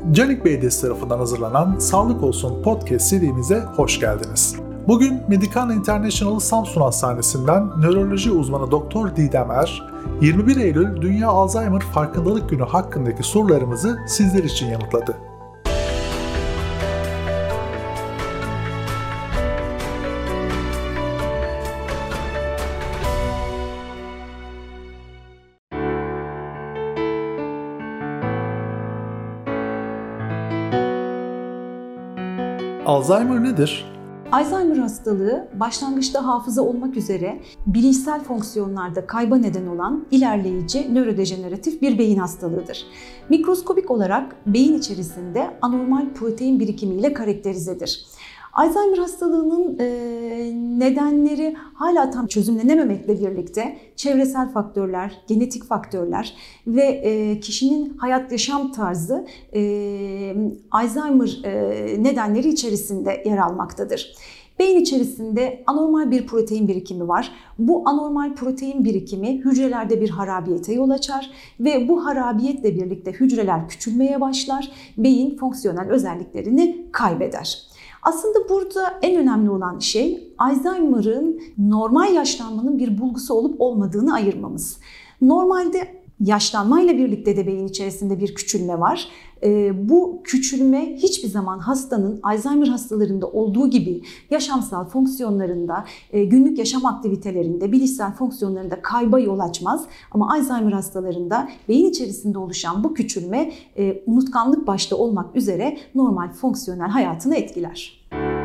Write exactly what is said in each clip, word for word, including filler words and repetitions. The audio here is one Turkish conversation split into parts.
Canik Belediyesi tarafından hazırlanan Sağlık Olsun Podcast serimize hoş geldiniz. Bugün Medican International Samsun Hastanesi'nden nöroloji uzmanı Doktor Didem Er, yirmi bir Eylül Dünya Alzheimer Farkındalık Günü hakkındaki sorularımızı sizler için yanıtladı. Alzheimer nedir? Alzheimer hastalığı başlangıçta hafıza olmak üzere bilişsel fonksiyonlarda kayba neden olan ilerleyici nörodejeneratif bir beyin hastalığıdır. Mikroskobik olarak beyin içerisinde anormal protein birikimiyle karakterizedir. Alzheimer hastalığının e, nedenleri hala tam çözümlenememekle birlikte çevresel faktörler, genetik faktörler ve e, kişinin hayat yaşam tarzı e, Alzheimer e, nedenleri içerisinde yer almaktadır. Beyin içerisinde anormal bir protein birikimi var. Bu anormal protein birikimi hücrelerde bir harabiyete yol açar ve bu harabiyetle birlikte hücreler küçülmeye başlar, beyin fonksiyonel özelliklerini kaybeder. Aslında burada en önemli olan şey Alzheimer'ın normal yaşlanmanın bir bulgusu olup olmadığını ayırmamız. Normalde yaşlanmayla birlikte de beyin içerisinde bir küçülme var. Ee, bu küçülme hiçbir zaman hastanın Alzheimer hastalarında olduğu gibi yaşamsal fonksiyonlarında, e, günlük yaşam aktivitelerinde, bilişsel fonksiyonlarında kayba yol açmaz. Ama Alzheimer hastalarında beyin içerisinde oluşan bu küçülme e, unutkanlık başta olmak üzere normal fonksiyonel hayatını etkiler.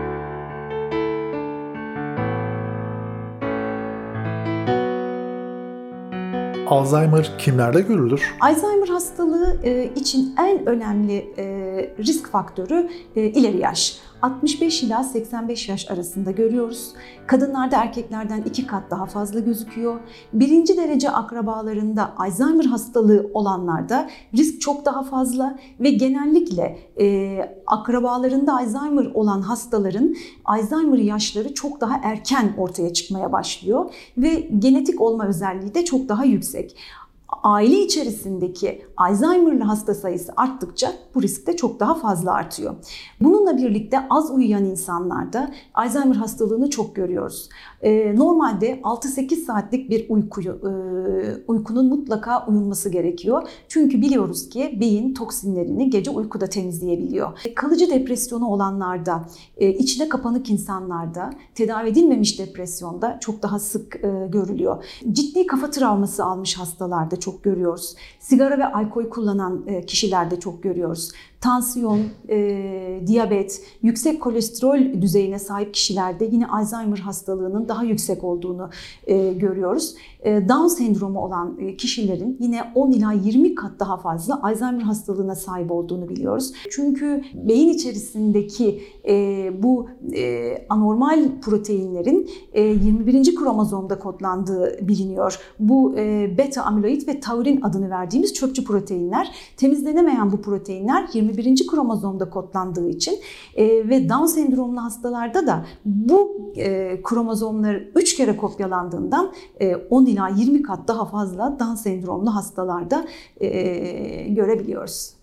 Alzheimer kimlerde görülür? Alzheimer hastalığı için en önemli risk faktörü ileri yaş. altmış beş ila seksen beş yaş arasında görüyoruz. Kadınlarda erkeklerden iki kat daha fazla gözüküyor. Birinci derece akrabalarında Alzheimer hastalığı olanlarda risk çok daha fazla ve genellikle e, akrabalarında Alzheimer olan hastaların Alzheimer yaşları çok daha erken ortaya çıkmaya başlıyor ve genetik olma özelliği de çok daha yüksek. Aile içerisindeki Alzheimer'lı hasta sayısı arttıkça bu risk de çok daha fazla artıyor. Bununla birlikte az uyuyan insanlarda Alzheimer hastalığını çok görüyoruz. Ee, normalde altı sekiz saatlik bir uykuyu, e, uykunun mutlaka uyunması gerekiyor. Çünkü biliyoruz ki beyin toksinlerini gece uykuda temizleyebiliyor. Kalıcı depresyonu olanlarda, e, içine kapanık insanlarda, tedavi edilmemiş depresyonda çok daha sık e, görülüyor. Ciddi kafa travması almış hastalarda çok görüyoruz. Sigara ve alkol kullanan kişilerde çok görüyoruz. Tansiyon, e, diyabet, yüksek kolesterol düzeyine sahip kişilerde yine Alzheimer hastalığının daha yüksek olduğunu e, görüyoruz. E, Down sendromu olan e, kişilerin yine on ila yirmi kat daha fazla Alzheimer hastalığına sahip olduğunu biliyoruz. Çünkü beyin içerisindeki e, bu e, anormal proteinlerin e, yirmi birinci kromozomda kodlandığı biliniyor. Bu e, beta amiloid ve taurin adını verdiğimiz çöpçü proteinler. Temizlenemeyen bu proteinler yirmi birinci kromozomda kodlandığı için e, ve Down sendromlu hastalarda da bu e, kromozomlar üç kere kopyalandığından e, on ila yirmi kat daha fazla Down sendromlu hastalarda e, görebiliyoruz.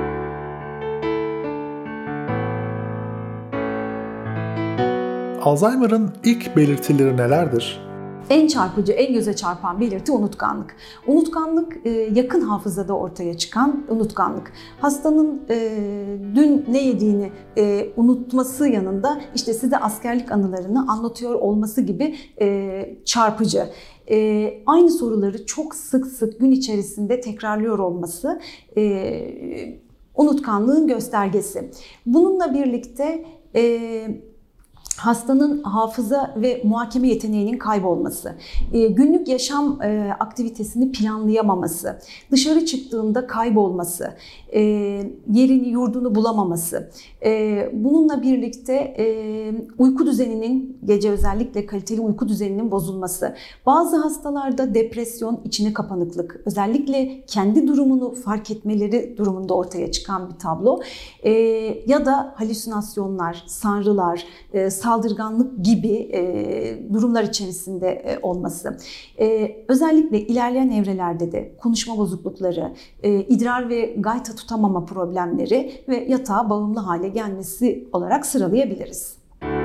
Alzheimer'ın ilk belirtileri nelerdir? En çarpıcı, en göze çarpan belirti unutkanlık. Unutkanlık yakın hafızada ortaya çıkan unutkanlık. Hastanın dün ne yediğini unutması yanında işte size askerlik anılarını anlatıyor olması gibi çarpıcı. Aynı soruları çok sık sık gün içerisinde tekrarlıyor olması unutkanlığın göstergesi. Bununla birlikte hastanın hafıza ve muhakeme yeteneğinin kaybolması, günlük yaşam aktivitesini planlayamaması, dışarı çıktığında kaybolması, yerini yurdunu bulamaması, bununla birlikte uyku düzeninin, gece özellikle kaliteli uyku düzeninin bozulması, bazı hastalarda depresyon, içine kapanıklık, özellikle kendi durumunu fark etmeleri durumunda ortaya çıkan bir tablo ya da halüsinasyonlar, sanrılar, saldırganlık gibi e, durumlar içerisinde e, olması. E, özellikle ilerleyen evrelerde de konuşma bozuklukları, e, idrar ve gayta tutamama problemleri ve yatağa bağımlı hale gelmesi olarak sıralayabiliriz.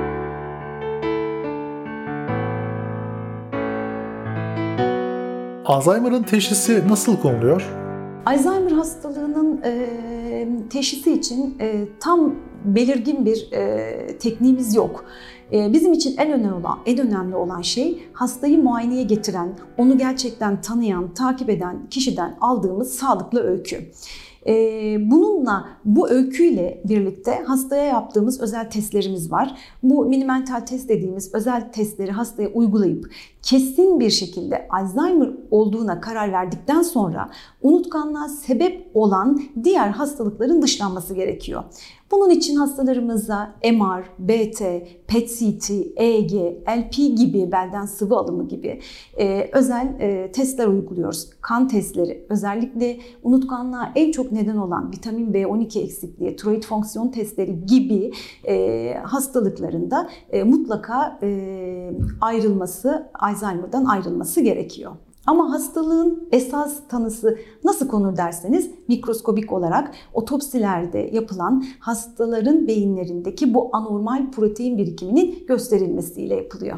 Alzheimer'ın teşhisi nasıl konuluyor? Alzheimer hastalığının e, teşhisi için e, tam belirgin bir e, tekniğimiz yok. E, bizim için en önemli olan, en önemli olan şey hastayı muayeneye getiren, onu gerçekten tanıyan, takip eden kişiden aldığımız sağlıklı öykü. Bununla, bu öyküyle birlikte hastaya yaptığımız özel testlerimiz var. Bu mini-mental test dediğimiz özel testleri hastaya uygulayıp kesin bir şekilde Alzheimer olduğuna karar verdikten sonra unutkanlığa sebep olan diğer hastalıkların dışlanması gerekiyor. Bunun için hastalarımıza M R, B T, P E T C T, E E G, L P gibi, belden sıvı alımı gibi e, özel e, testler uyguluyoruz. Kan testleri, özellikle unutkanlığa en çok neden olan vitamin B on iki eksikliği, tiroid fonksiyon testleri gibi e, hastalıklarında e, mutlaka e, ayrılması, Alzheimer'dan ayrılması gerekiyor. Ama hastalığın esas tanısı nasıl konur derseniz mikroskobik olarak otopsilerde yapılan hastaların beyinlerindeki bu anormal protein birikiminin gösterilmesiyle yapılıyor.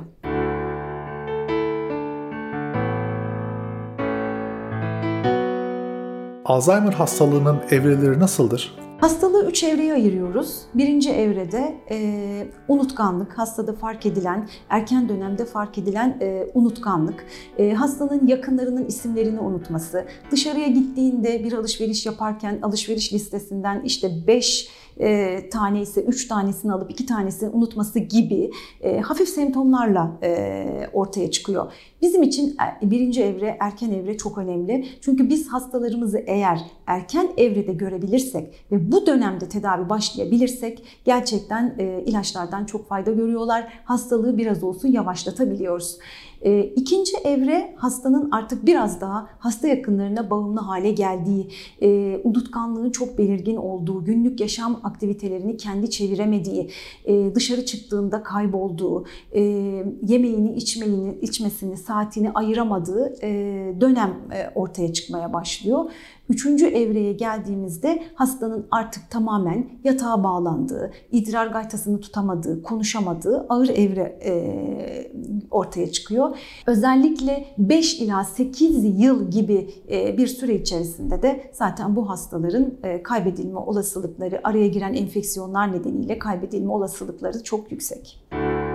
Alzheimer hastalığının evreleri nasıldır? Hastalığı üç evreye ayırıyoruz. Birinci evrede e, unutkanlık, hastada fark edilen, erken dönemde fark edilen e, unutkanlık, e, hastanın yakınlarının isimlerini unutması, dışarıya gittiğinde bir alışveriş yaparken alışveriş listesinden işte beş e, tane ise üç tanesini alıp iki tanesini unutması gibi e, hafif semptomlarla e, ortaya çıkıyor. Bizim için birinci evre, erken evre çok önemli. Çünkü biz hastalarımızı eğer erken evrede görebilirsek ve bu dönemde tedavi başlayabilirsek gerçekten e, ilaçlardan çok fayda görüyorlar. Hastalığı biraz olsun yavaşlatabiliyoruz. E, ikinci evre hastanın artık biraz daha hasta yakınlarına bağımlı hale geldiği, e, unutkanlığın çok belirgin olduğu, günlük yaşam aktivitelerini kendi çeviremediği, e, dışarı çıktığında kaybolduğu, e, yemeğini, içmeğini, içmesini, saatini ayıramadığı e, dönem e, ortaya çıkmaya başlıyor. Üçüncü evreye geldiğimizde hastanın artık tamamen yatağa bağlandığı, idrar gaytasını tutamadığı, konuşamadığı ağır evre e, ortaya çıkıyor. Özellikle beş ila sekiz yıl gibi e, bir süre içerisinde de zaten bu hastaların e, kaybedilme olasılıkları, araya giren enfeksiyonlar nedeniyle kaybedilme olasılıkları çok yüksek.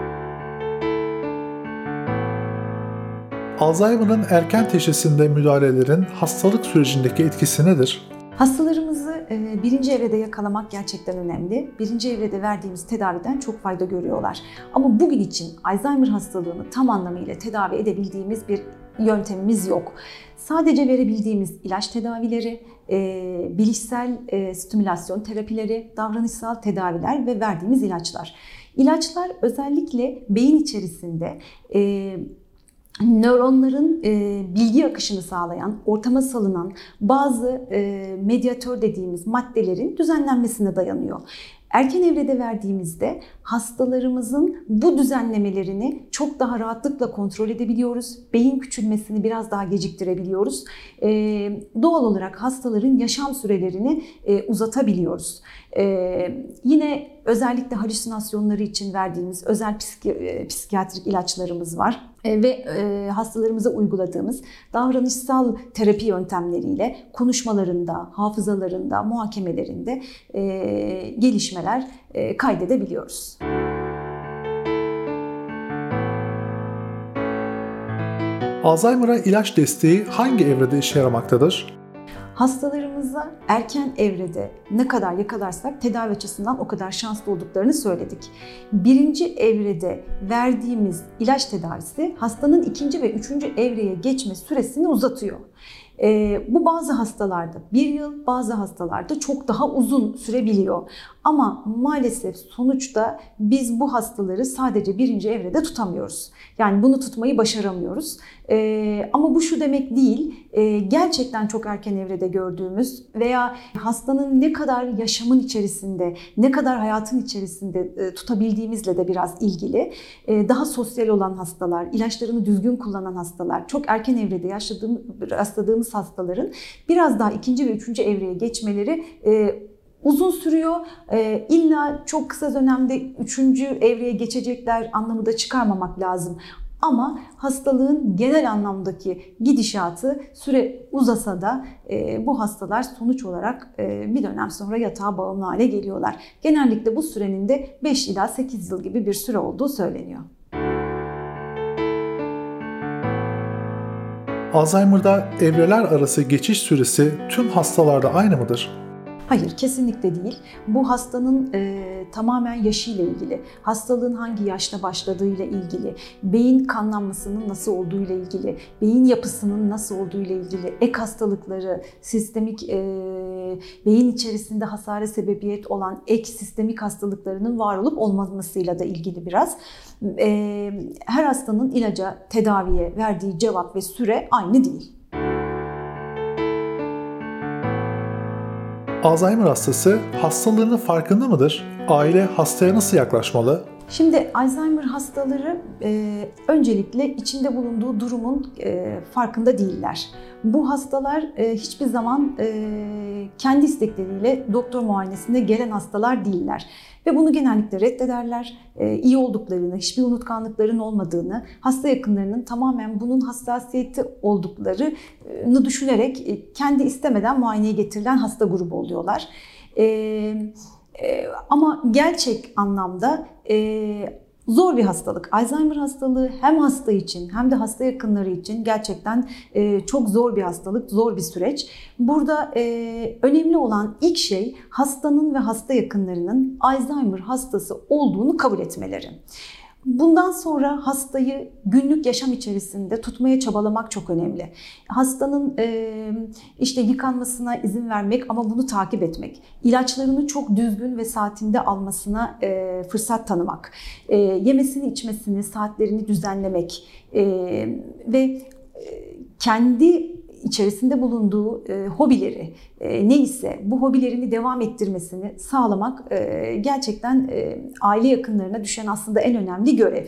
Alzheimer'ın erken teşhisinde müdahalelerin hastalık sürecindeki etkisi nedir? Hastalarımızı birinci evrede yakalamak gerçekten önemli. Birinci evrede verdiğimiz tedaviden çok fayda görüyorlar. Ama bugün için Alzheimer hastalığını tam anlamıyla tedavi edebildiğimiz bir yöntemimiz yok. Sadece verebildiğimiz ilaç tedavileri, bilişsel stimülasyon terapileri, davranışsal tedaviler ve verdiğimiz ilaçlar. İlaçlar özellikle beyin içerisinde nöronların e, bilgi akışını sağlayan, ortama salınan bazı e, medyatör dediğimiz maddelerin düzenlenmesine dayanıyor. Erken evrede verdiğimizde hastalarımızın bu düzenlemelerini çok daha rahatlıkla kontrol edebiliyoruz. Beyin küçülmesini biraz daha geciktirebiliyoruz. Ee, doğal olarak hastaların yaşam sürelerini e, uzatabiliyoruz. Ee, yine özellikle halüsinasyonları için verdiğimiz özel psiki, e, psikiyatrik ilaçlarımız var. E, ve e, hastalarımıza uyguladığımız davranışsal terapi yöntemleriyle konuşmalarında, hafızalarında, muhakemelerinde e, gelişmeler e, kaydedebiliyoruz. Alzheimer'a ilaç desteği hangi evrede işe yaramaktadır? Hastalarımıza erken evrede ne kadar yakalarsak tedavi açısından o kadar şanslı olduklarını söyledik. Birinci evrede verdiğimiz ilaç tedavisi hastanın ikinci ve üçüncü evreye geçme süresini uzatıyor. E, bu bazı hastalarda bir yıl, bazı hastalarda çok daha uzun sürebiliyor. Ama maalesef sonuçta biz bu hastaları sadece birinci evrede tutamıyoruz. Yani bunu tutmayı başaramıyoruz. Ee, ama bu şu demek değil, e, gerçekten çok erken evrede gördüğümüz veya hastanın ne kadar yaşamın içerisinde, ne kadar hayatın içerisinde e, tutabildiğimizle de biraz ilgili. E, daha sosyal olan hastalar, ilaçlarını düzgün kullanan hastalar, çok erken evrede yaşadığımız, rastladığımız hastaların biraz daha ikinci ve üçüncü evreye geçmeleri e, uzun sürüyor. E, illa çok kısa dönemde üçüncü evreye geçecekler anlamı da çıkarmamak lazım. Ama hastalığın genel anlamdaki gidişatı süre uzasa da e, bu hastalar sonuç olarak e, bir dönem sonra yatağa bağımlı hale geliyorlar. Genellikle bu sürenin de beş ila sekiz yıl gibi bir süre olduğu söyleniyor. Alzheimer'da evreler arası geçiş süresi tüm hastalarda aynı mıdır? Hayır, kesinlikle değil. Bu hastanın e, tamamen yaşıyla ilgili, hastalığın hangi yaşta başladığıyla ilgili, beyin kanlanmasının nasıl olduğuyla ilgili, beyin yapısının nasıl olduğuyla ilgili, ek hastalıkları, sistemik e, beyin içerisinde hasara sebebiyet olan ek sistemik hastalıklarının var olup olmamasıyla da ilgili biraz. E, her hastanın ilaca, tedaviye verdiği cevap ve süre aynı değil. Alzheimer hastası hastalığının farkında mıdır? Aile hastaya nasıl yaklaşmalı? Şimdi Alzheimer hastaları e, öncelikle içinde bulunduğu durumun e, farkında değiller. Bu hastalar e, hiçbir zaman e, kendi istekleriyle doktor muayenesine gelen hastalar değiller. Ve bunu genellikle reddederler. E, iyi olduklarını, hiçbir unutkanlıkların olmadığını, hasta yakınlarının tamamen bunun hassasiyeti olduklarını düşünerek e, kendi istemeden muayeneye getirilen hasta grubu oluyorlar. E, Ee, ama gerçek anlamda e, zor bir hastalık. Alzheimer hastalığı hem hasta için hem de hasta yakınları için gerçekten e, çok zor bir hastalık, zor bir süreç. Burada e, önemli olan ilk şey hastanın ve hasta yakınlarının Alzheimer hastası olduğunu kabul etmeleri. Bundan sonra hastayı günlük yaşam içerisinde tutmaya çabalamak çok önemli. Hastanın e, işte yıkanmasına izin vermek ama bunu takip etmek. İlaçlarını çok düzgün ve saatinde almasına e, fırsat tanımak. E, yemesini, içmesini, saatlerini düzenlemek e, ve e, kendi içerisinde bulunduğu e, hobileri e, neyse bu hobilerini devam ettirmesini sağlamak e, gerçekten e, aile yakınlarına düşen aslında en önemli görev.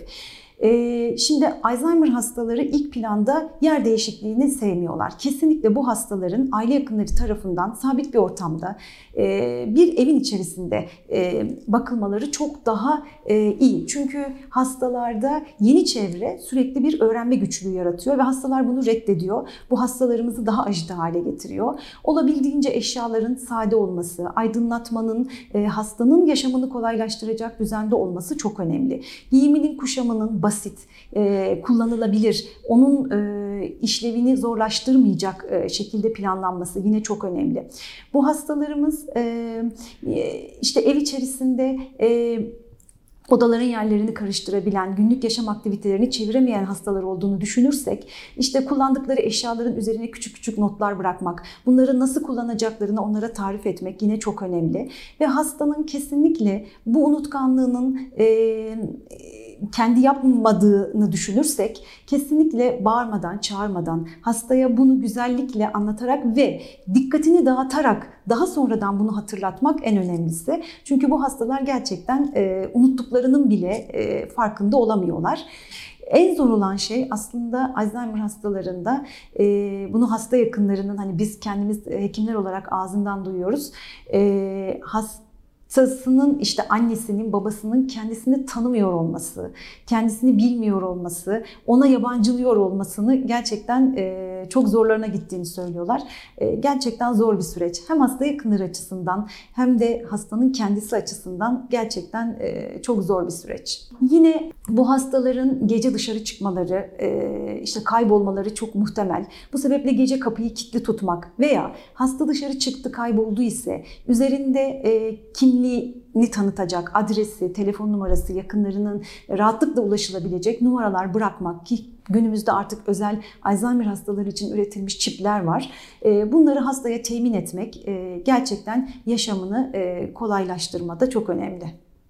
E, şimdi Alzheimer hastaları ilk planda yer değişikliğini sevmiyorlar. Kesinlikle bu hastaların aile yakınları tarafından sabit bir ortamda e, bir evin içerisinde e, bakılmaları çok daha e, iyi. Çünkü hastalarda yeni çevre sürekli bir öğrenme güçlüğü yaratıyor ve hastalar bunu reddediyor. Bu hastalarımızı daha ajite hale getiriyor. Olabildiğince eşyaların sade olması, aydınlatmanın e, hastanın yaşamını kolaylaştıracak düzende olması çok önemli. Giyiminin, kuşamının basit, e, kullanılabilir, onun e, işlevini zorlaştırmayacak e, şekilde planlanması yine çok önemli. Bu hastalarımız e, işte ev içerisinde e, odaların yerlerini karıştırabilen, günlük yaşam aktivitelerini çeviremeyen hastalar olduğunu düşünürsek, işte kullandıkları eşyaların üzerine küçük küçük notlar bırakmak, bunları nasıl kullanacaklarını onlara tarif etmek yine çok önemli. Ve hastanın kesinlikle bu unutkanlığının e, kendi yapmadığını düşünürsek kesinlikle bağırmadan, çağırmadan, hastaya bunu güzellikle anlatarak ve dikkatini dağıtarak daha sonradan bunu hatırlatmak en önemlisi. Çünkü bu hastalar gerçekten e, unuttuklarının bile e, farkında olamıyorlar. En zor olan şey aslında Alzheimer hastalarında e, bunu hasta yakınlarının, hani biz kendimiz hekimler olarak ağzından duyuyoruz. E, hasta Hastasının işte annesinin, babasının kendisini tanımıyor olması, kendisini bilmiyor olması, ona yabancılıyor olmasını gerçekten e, çok zorlarına gittiğini söylüyorlar. E, gerçekten zor bir süreç. Hem hasta yakınları açısından hem de hastanın kendisi açısından gerçekten e, çok zor bir süreç. Yine bu hastaların gece dışarı çıkmaları, e, işte kaybolmaları çok muhtemel. Bu sebeple gece kapıyı kilitli tutmak veya hasta dışarı çıktı, kayboldu ise üzerinde e, kimliği ni tanıtacak adresi, telefon numarası, yakınlarının rahatlıkla ulaşılabilecek numaralar bırakmak ki Günümüzde artık özel Alzheimer hastaları için üretilmiş çipler var. Bunları hastaya temin etmek gerçekten yaşamını kolaylaştırmada çok önemli.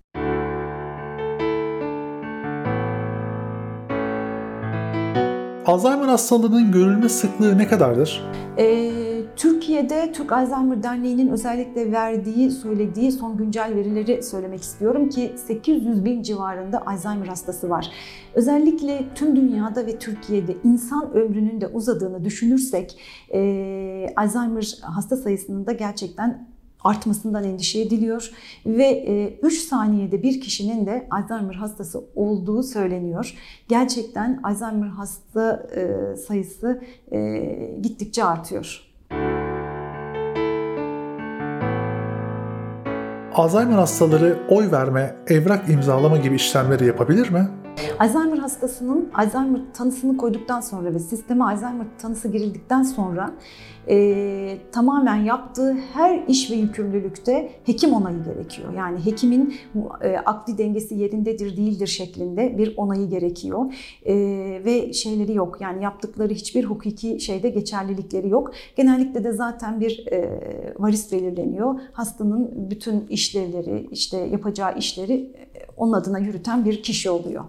Alzheimer hastalığının görülme sıklığı ne kadardır? Ee, Türkiye'de Türk Alzheimer Derneği'nin özellikle verdiği, söylediği son güncel verileri söylemek istiyorum ki sekiz yüz bin civarında Alzheimer hastası var. Özellikle tüm dünyada ve Türkiye'de insan ömrünün de uzadığını düşünürsek e, Alzheimer hasta sayısının da gerçekten artmasından endişe ediliyor ve üç saniyede bir kişinin de Alzheimer hastası olduğu söyleniyor. Gerçekten Alzheimer hasta sayısı gittikçe artıyor. Alzheimer hastaları oy verme, evrak imzalama gibi işlemleri yapabilir mi? Alzheimer hastasının Alzheimer tanısını koyduktan sonra ve sisteme Alzheimer tanısı girildikten sonra e, tamamen yaptığı her iş ve yükümlülükte hekim onayı gerekiyor. Yani hekimin e, akli dengesi yerindedir değildir şeklinde bir onayı gerekiyor e, ve şeyleri yok. Yani yaptıkları hiçbir hukuki şeyde geçerlilikleri yok. Genellikle de zaten bir e, varis belirleniyor. Hastanın bütün işlevleri, işte yapacağı işleri e, onun adına yürüten bir kişi oluyor.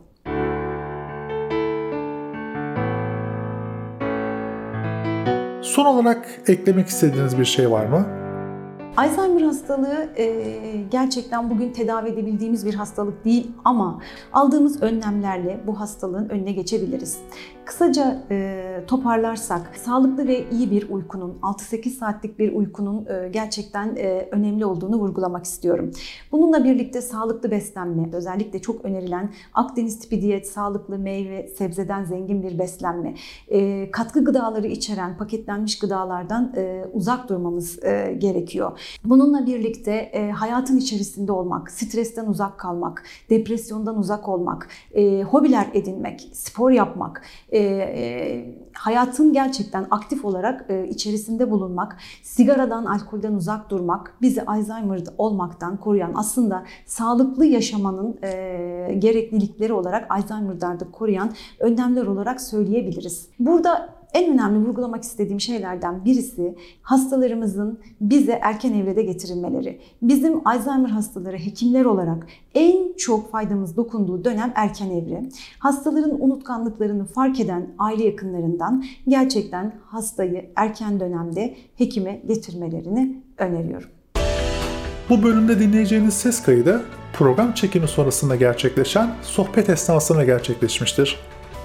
Son olarak eklemek istediğiniz bir şey var mı? Alzheimer hastalığı e, gerçekten bugün tedavi edebildiğimiz bir hastalık değil ama aldığımız önlemlerle bu hastalığın önüne geçebiliriz. Kısaca e, toparlarsak, sağlıklı ve iyi bir uykunun, altı sekiz saatlik bir uykunun e, gerçekten e, önemli olduğunu vurgulamak istiyorum. Bununla birlikte sağlıklı beslenme, özellikle çok önerilen Akdeniz tipi diyet, sağlıklı meyve, sebzeden zengin bir beslenme, e, katkı gıdaları içeren paketlenmiş gıdalardan e, uzak durmamız e, gerekiyor. Bununla birlikte e, hayatın içerisinde olmak, stresten uzak kalmak, depresyondan uzak olmak, e, hobiler edinmek, spor yapmak, e, e, hayatın gerçekten aktif olarak e, içerisinde bulunmak, sigaradan, alkolden uzak durmak bizi Alzheimer olmaktan koruyan, aslında sağlıklı yaşamanın e, gereklilikleri olarak Alzheimer'dan da koruyan önlemler olarak söyleyebiliriz. Burada en önemli vurgulamak istediğim şeylerden birisi hastalarımızın bize erken evrede getirilmeleri. Bizim Alzheimer hastaları hekimler olarak en çok faydamız dokunduğu dönem erken evre. Hastaların unutkanlıklarını fark eden aile yakınlarından gerçekten hastayı erken dönemde hekime getirmelerini öneriyorum. Bu bölümde dinleyeceğiniz ses kaydı program çekimi sonrasında gerçekleşen sohbet esnasında gerçekleşmiştir.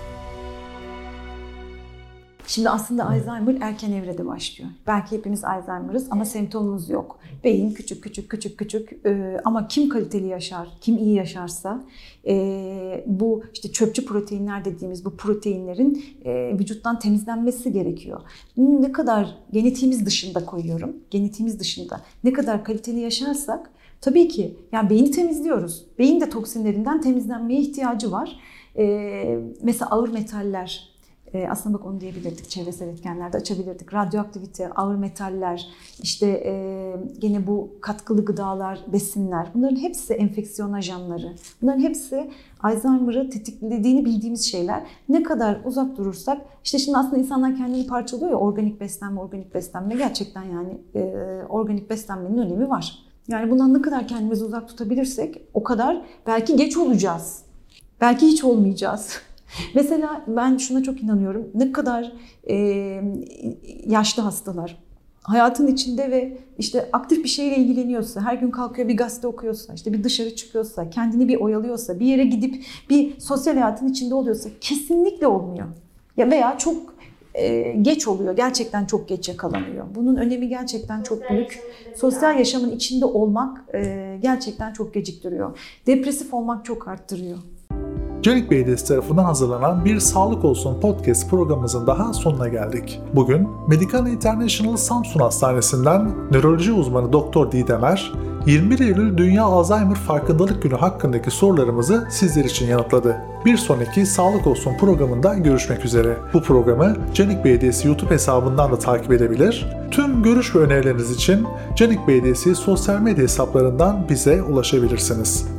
Şimdi aslında Alzheimer erken evrede başlıyor. Belki hepimiz Alzheimer'ız ama semptomumuz yok. Beyin küçük küçük küçük küçük e, ama kim kaliteli yaşar, kim iyi yaşarsa e, bu işte çöpçü proteinler dediğimiz bu proteinlerin e, vücuttan temizlenmesi gerekiyor. Bunu ne kadar genetiğimiz dışında koyuyorum, genetiğimiz dışında ne kadar kaliteli yaşarsak tabii ki yani beyni temizliyoruz. Beyin de toksinlerinden temizlenmeye ihtiyacı var. E, mesela ağır metaller. Aslında bak onu diyebilirdik, çevresel etkenlerde açabilirdik. Radyoaktivite, ağır metaller, işte e, gene bu katkılı gıdalar, besinler, bunların hepsi enfeksiyon ajanları. Bunların hepsi Alzheimer'ı tetiklediğini bildiğimiz şeyler. Ne kadar uzak durursak, işte şimdi aslında insanlar kendini parçalıyor ya, organik beslenme, organik beslenme. Gerçekten yani e, organik beslenmenin önemi var. Yani bundan ne kadar kendimizi uzak tutabilirsek o kadar belki geç olacağız. Belki hiç olmayacağız. Mesela ben şuna çok inanıyorum. Ne kadar e, yaşlı hastalar hayatın içinde ve işte aktif bir şeyle ilgileniyorsa, her gün kalkıyor bir gazete okuyorsa, işte bir dışarı çıkıyorsa, kendini bir oyalıyorsa, bir yere gidip bir sosyal hayatın içinde oluyorsa kesinlikle olmuyor. Ya veya çok e, geç oluyor. Gerçekten çok geç yakalanıyor. Bunun önemi gerçekten çok büyük. Sosyal yaşamın içinde olmak e, gerçekten çok geciktiriyor. Depresif olmak çok arttırıyor. Canik Belediyesi tarafından hazırlanan Bir Sağlık Olsun podcast programımızın daha sonuna geldik. Bugün Medicana International Samsun Hastanesi'nden nöroloji uzmanı Doktor Didem Er, yirmi bir Eylül Dünya Alzheimer Farkındalık Günü hakkındaki sorularımızı sizler için yanıtladı. Bir sonraki Sağlık Olsun programında görüşmek üzere. Bu programı Canik Belediyesi YouTube hesabından da takip edebilir. Tüm görüş ve önerileriniz için Canik Belediyesi sosyal medya hesaplarından bize ulaşabilirsiniz.